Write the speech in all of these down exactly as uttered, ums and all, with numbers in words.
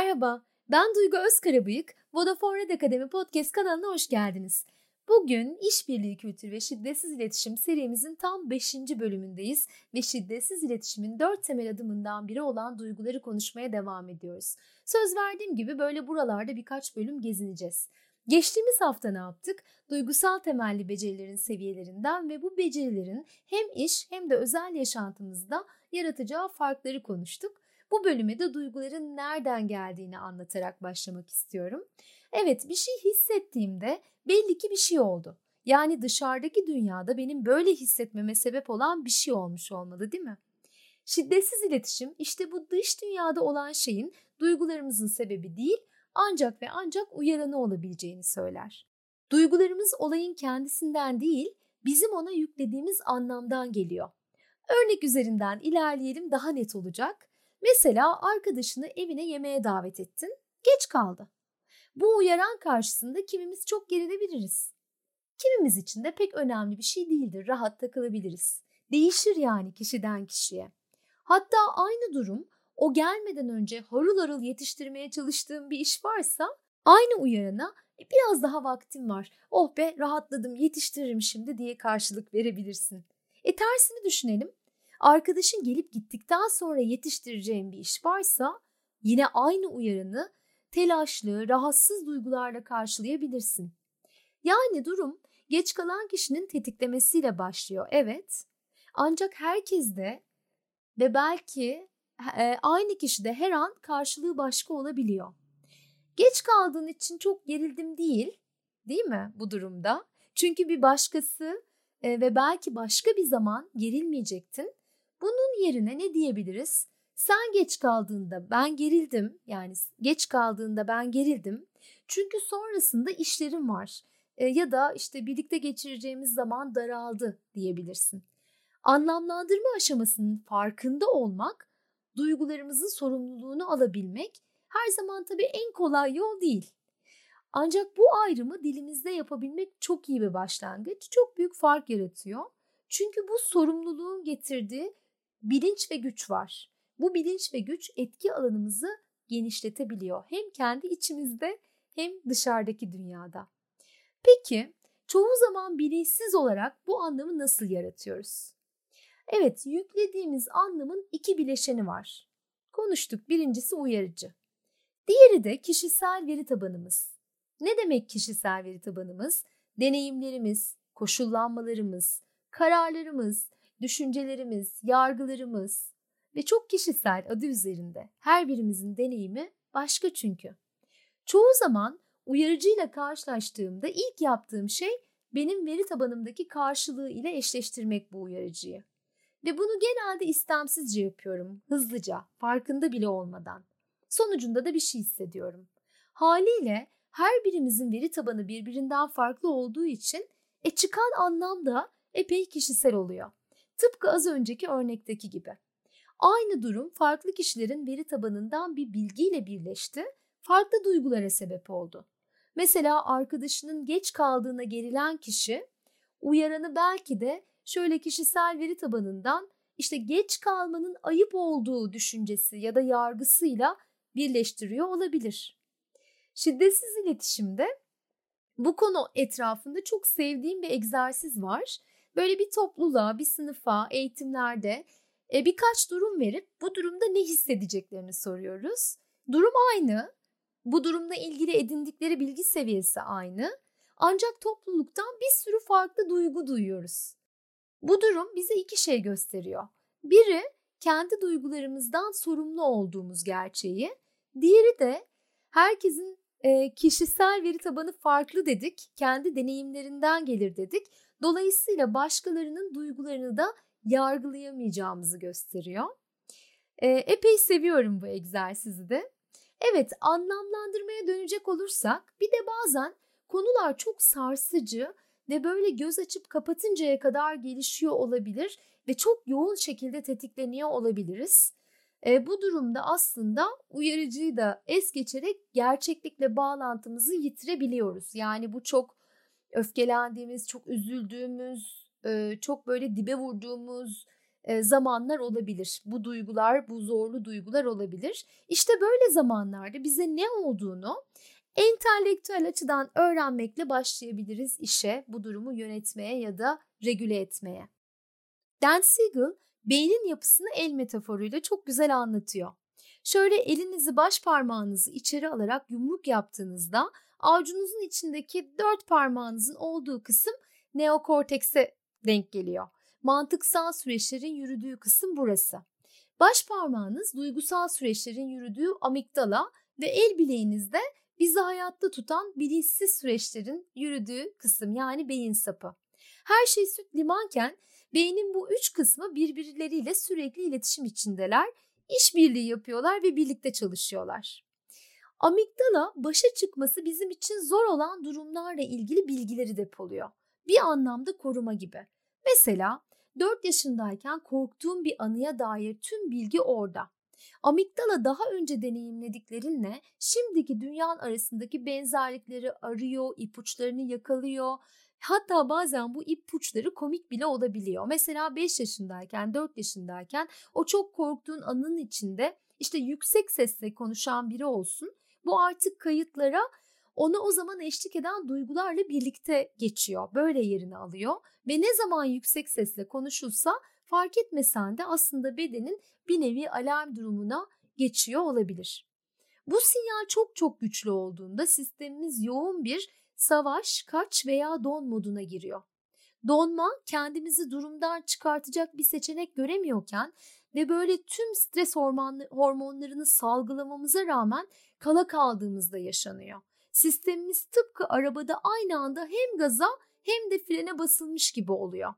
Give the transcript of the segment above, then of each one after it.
Merhaba, ben Duygu Özkarabıyık. Vodafone Red Akademi Podcast kanalına hoş geldiniz. Bugün işbirliği kültürü ve şiddetsiz iletişim serimizin tam beşinci bölümündeyiz ve şiddetsiz iletişimin dört temel adımından biri olan duyguları konuşmaya devam ediyoruz. Söz verdiğim gibi böyle buralarda birkaç bölüm gezineceğiz. Geçtiğimiz hafta ne yaptık? Duygusal temelli becerilerin seviyelerinden ve bu becerilerin hem iş hem de özel yaşantımızda yaratacağı farkları konuştuk. Bu bölüme de duyguların nereden geldiğini anlatarak başlamak istiyorum. Evet, bir şey hissettiğimde belli ki bir şey oldu. Yani dışarıdaki dünyada benim böyle hissetmeme sebep olan bir şey olmuş olmalı, değil mi? Şiddetsiz iletişim işte bu dış dünyada olan şeyin duygularımızın sebebi değil, ancak ve ancak uyaranı olabileceğini söyler. Duygularımız olayın kendisinden değil, bizim ona yüklediğimiz anlamdan geliyor. Örnek üzerinden ilerleyelim, daha net olacak. Mesela arkadaşını evine yemeğe davet ettin, geç kaldı. Bu uyaran karşısında kimimiz çok gerilebiliriz. Kimimiz için de pek önemli bir şey değildir, rahat takılabiliriz. Değişir yani kişiden kişiye. Hatta aynı durum o gelmeden önce harıl harıl yetiştirmeye çalıştığım bir iş varsa aynı uyarana e, biraz daha vaktim var, oh be rahatladım yetiştiririm şimdi diye karşılık verebilirsin. E tersini düşünelim. Arkadaşın gelip gittikten sonra yetiştireceğin bir iş varsa yine aynı uyaranı telaşlı, rahatsız duygularla karşılayabilirsin. Yani durum geç kalan kişinin tetiklemesiyle başlıyor, evet. Ancak herkes de ve belki e, aynı kişide her an karşılığı başka olabiliyor. Geç kaldığın için çok gerildim değil, değil mi bu durumda? Çünkü bir başkası e, ve belki başka bir zaman gerilmeyecektin. Bunun yerine ne diyebiliriz? Sen geç kaldığında ben gerildim, yani geç kaldığında ben gerildim. Çünkü sonrasında işlerim var e, ya da işte birlikte geçireceğimiz zaman daraldı diyebilirsin. Anlamlandırma aşamasının farkında olmak, duygularımızın sorumluluğunu alabilmek her zaman tabii en kolay yol değil. Ancak bu ayrımı dilimizde yapabilmek çok iyi bir başlangıç, çok büyük fark yaratıyor. Çünkü bu sorumluluğun getirdiği bilinç ve güç var. Bu bilinç ve güç etki alanımızı genişletebiliyor. Hem kendi içimizde hem dışarıdaki dünyada. Peki, çoğu zaman bilinçsiz olarak bu anlamı nasıl yaratıyoruz? Evet, yüklediğimiz anlamın iki bileşeni var. Konuştuk, birincisi uyarıcı. Diğeri de kişisel veri tabanımız. Ne demek kişisel veri tabanımız? Deneyimlerimiz, koşullanmalarımız, kararlarımız, düşüncelerimiz, yargılarımız ve çok kişisel adı üzerinde her birimizin deneyimi başka çünkü. Çoğu zaman uyarıcıyla karşılaştığımda ilk yaptığım şey benim veri tabanımdaki karşılığı ile eşleştirmek bu uyarıcıyı. Ve bunu genelde istemsizce yapıyorum, hızlıca, farkında bile olmadan. Sonucunda da bir şey hissediyorum. Haliyle her birimizin veri tabanı birbirinden farklı olduğu için e çıkan anlam da epey kişisel oluyor. Tıpkı az önceki örnekteki gibi. Aynı durum farklı kişilerin veri tabanından bir bilgiyle birleşti, farklı duygulara sebep oldu. Mesela arkadaşının geç kaldığına gerilen kişi, uyaranı belki de şöyle kişisel veri tabanından işte geç kalmanın ayıp olduğu düşüncesi ya da yargısıyla birleştiriyor olabilir. Şiddetsiz iletişimde bu konu etrafında çok sevdiğim bir egzersiz var. Böyle bir topluluğa, bir sınıfa, eğitimlerde e, birkaç durum verip bu durumda ne hissedeceklerini soruyoruz. Durum aynı, bu durumla ilgili edindikleri bilgi seviyesi aynı. Ancak topluluktan bir sürü farklı duygu duyuyoruz. Bu durum bize iki şey gösteriyor. Biri kendi duygularımızdan sorumlu olduğumuz gerçeği, diğeri de herkesin e, kişisel veri tabanı farklı dedik, kendi deneyimlerinden gelir dedik. Dolayısıyla başkalarının duygularını da yargılayamayacağımızı gösteriyor. E, epey seviyorum bu egzersizi de. Evet, anlamlandırmaya dönecek olursak bir de bazen konular çok sarsıcı ve böyle göz açıp kapatıncaya kadar gelişiyor olabilir ve çok yoğun şekilde tetikleniyor olabiliriz. E, bu durumda aslında uyarıcıyı da es geçerek gerçeklikle bağlantımızı yitirebiliyoruz. Yani bu çok öfkelendiğimiz, çok üzüldüğümüz, e, çok böyle dibe vurduğumuz e, zamanlar olabilir. Bu duygular, bu zorlu duygular olabilir. İşte böyle zamanlarda bize ne olduğunu entelektüel açıdan öğrenmekle başlayabiliriz işe, bu durumu yönetmeye ya da regüle etmeye. Dan Siegel beynin yapısını el metaforuyla çok güzel anlatıyor. Şöyle elinizi baş parmağınızı içeri alarak yumruk yaptığınızda avucunuzun içindeki dört parmağınızın olduğu kısım neokortekse denk geliyor. Mantıksal süreçlerin yürüdüğü kısım burası. Baş parmağınız duygusal süreçlerin yürüdüğü amigdala ve el bileğinizde bizi hayatta tutan bilinçsiz süreçlerin yürüdüğü kısım, yani beyin sapı. Her şey süt limanken beynin bu üç kısmı birbirleriyle sürekli iletişim içindeler, işbirliği yapıyorlar ve birlikte çalışıyorlar. Amigdala başa çıkması bizim için zor olan durumlarla ilgili bilgileri depoluyor. Bir anlamda koruma gibi. Mesela dört yaşındayken korktuğum bir anıya dair tüm bilgi orada. Amigdala daha önce deneyimlediklerinle şimdiki dünyanın arasındaki benzerlikleri arıyor, ipuçlarını yakalıyor. Hatta bazen bu ipuçları komik bile olabiliyor. Mesela beş yaşındayken, dört yaşındayken o çok korktuğun anının içinde işte yüksek sesle konuşan biri olsun. Bu artık kayıtlara ona o zaman eşlik eden duygularla birlikte geçiyor. Böyle yerini alıyor ve ne zaman yüksek sesle konuşulsa fark etmesen de aslında bedenin bir nevi alarm durumuna geçiyor olabilir. Bu sinyal çok çok güçlü olduğunda sistemimiz yoğun bir savaş, kaç veya don moduna giriyor. Donma, kendimizi durumdan çıkartacak bir seçenek göremiyorken ve böyle tüm stres hormonlarını salgılamamıza rağmen kala kaldığımızda yaşanıyor. Sistemimiz tıpkı arabada aynı anda hem gaza hem de frene basılmış gibi oluyor.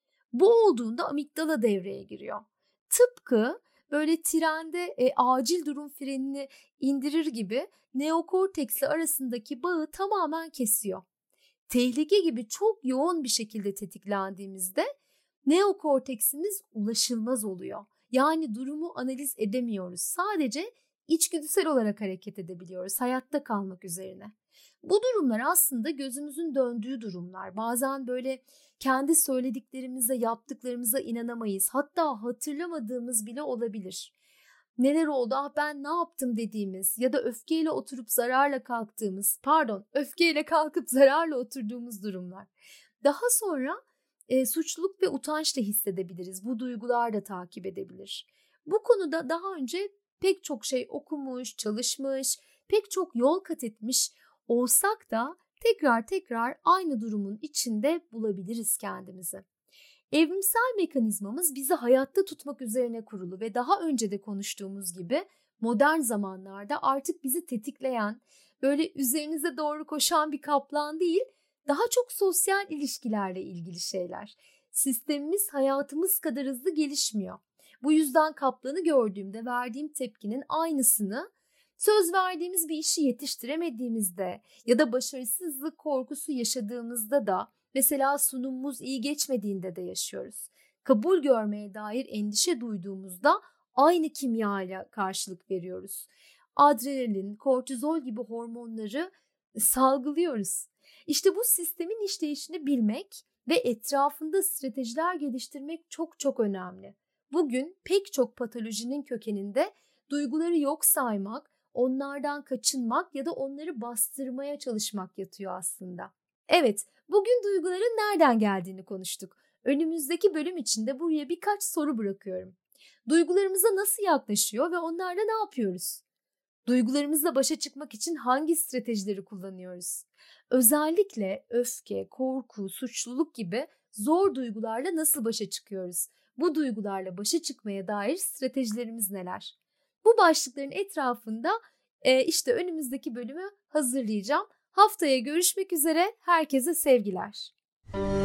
Bu olduğunda amigdala devreye giriyor. Tıpkı böyle trende e, acil durum frenini indirir gibi neokorteksle arasındaki bağı tamamen kesiyor. Tehlike gibi çok yoğun bir şekilde tetiklendiğimizde neokorteksimiz ulaşılmaz oluyor. Yani durumu analiz edemiyoruz. Sadece içgüdüsel olarak hareket edebiliyoruz hayatta kalmak üzerine. Bu durumlar aslında gözümüzün döndüğü durumlar. Bazen böyle kendi söylediklerimize, yaptıklarımıza inanamayız. Hatta hatırlamadığımız bile olabilir. Neler oldu, ah ben ne yaptım dediğimiz ya da öfkeyle oturup zararla kalktığımız, pardon öfkeyle kalkıp zararla oturduğumuz durumlar. Daha sonra e, suçluluk ve utanç da hissedebiliriz. Bu duygular da takip edebilir. Bu konuda daha önce pek çok şey okumuş, çalışmış, pek çok yol kat etmiş olsak da tekrar tekrar aynı durumun içinde bulabiliriz kendimizi. Evrimsel mekanizmamız bizi hayatta tutmak üzerine kurulu ve daha önce de konuştuğumuz gibi modern zamanlarda artık bizi tetikleyen, böyle üzerinize doğru koşan bir kaplan değil, daha çok sosyal ilişkilerle ilgili şeyler. Sistemimiz hayatımız kadar hızlı gelişmiyor. Bu yüzden kaplanı gördüğümde verdiğim tepkinin aynısını söz verdiğimiz bir işi yetiştiremediğimizde ya da başarısızlık korkusu yaşadığımızda da, mesela sunumumuz iyi geçmediğinde de yaşıyoruz. Kabul görmeye dair endişe duyduğumuzda aynı kimyayla karşılık veriyoruz. Adrenalin, kortizol gibi hormonları salgılıyoruz. İşte bu sistemin işleyişini bilmek ve etrafında stratejiler geliştirmek çok çok önemli. Bugün pek çok patolojinin kökeninde duyguları yok saymak, onlardan kaçınmak ya da onları bastırmaya çalışmak yatıyor aslında. Evet, bugün duyguların nereden geldiğini konuştuk. Önümüzdeki bölüm içinde buraya birkaç soru bırakıyorum. Duygularımıza nasıl yaklaşıyor ve onlarla ne yapıyoruz? Duygularımızla başa çıkmak için hangi stratejileri kullanıyoruz? Özellikle öfke, korku, suçluluk gibi zor duygularla nasıl başa çıkıyoruz? Bu duygularla başa çıkmaya dair stratejilerimiz neler? Bu başlıkların etrafında e, işte önümüzdeki bölümü hazırlayacağım. Haftaya görüşmek üzere, herkese sevgiler.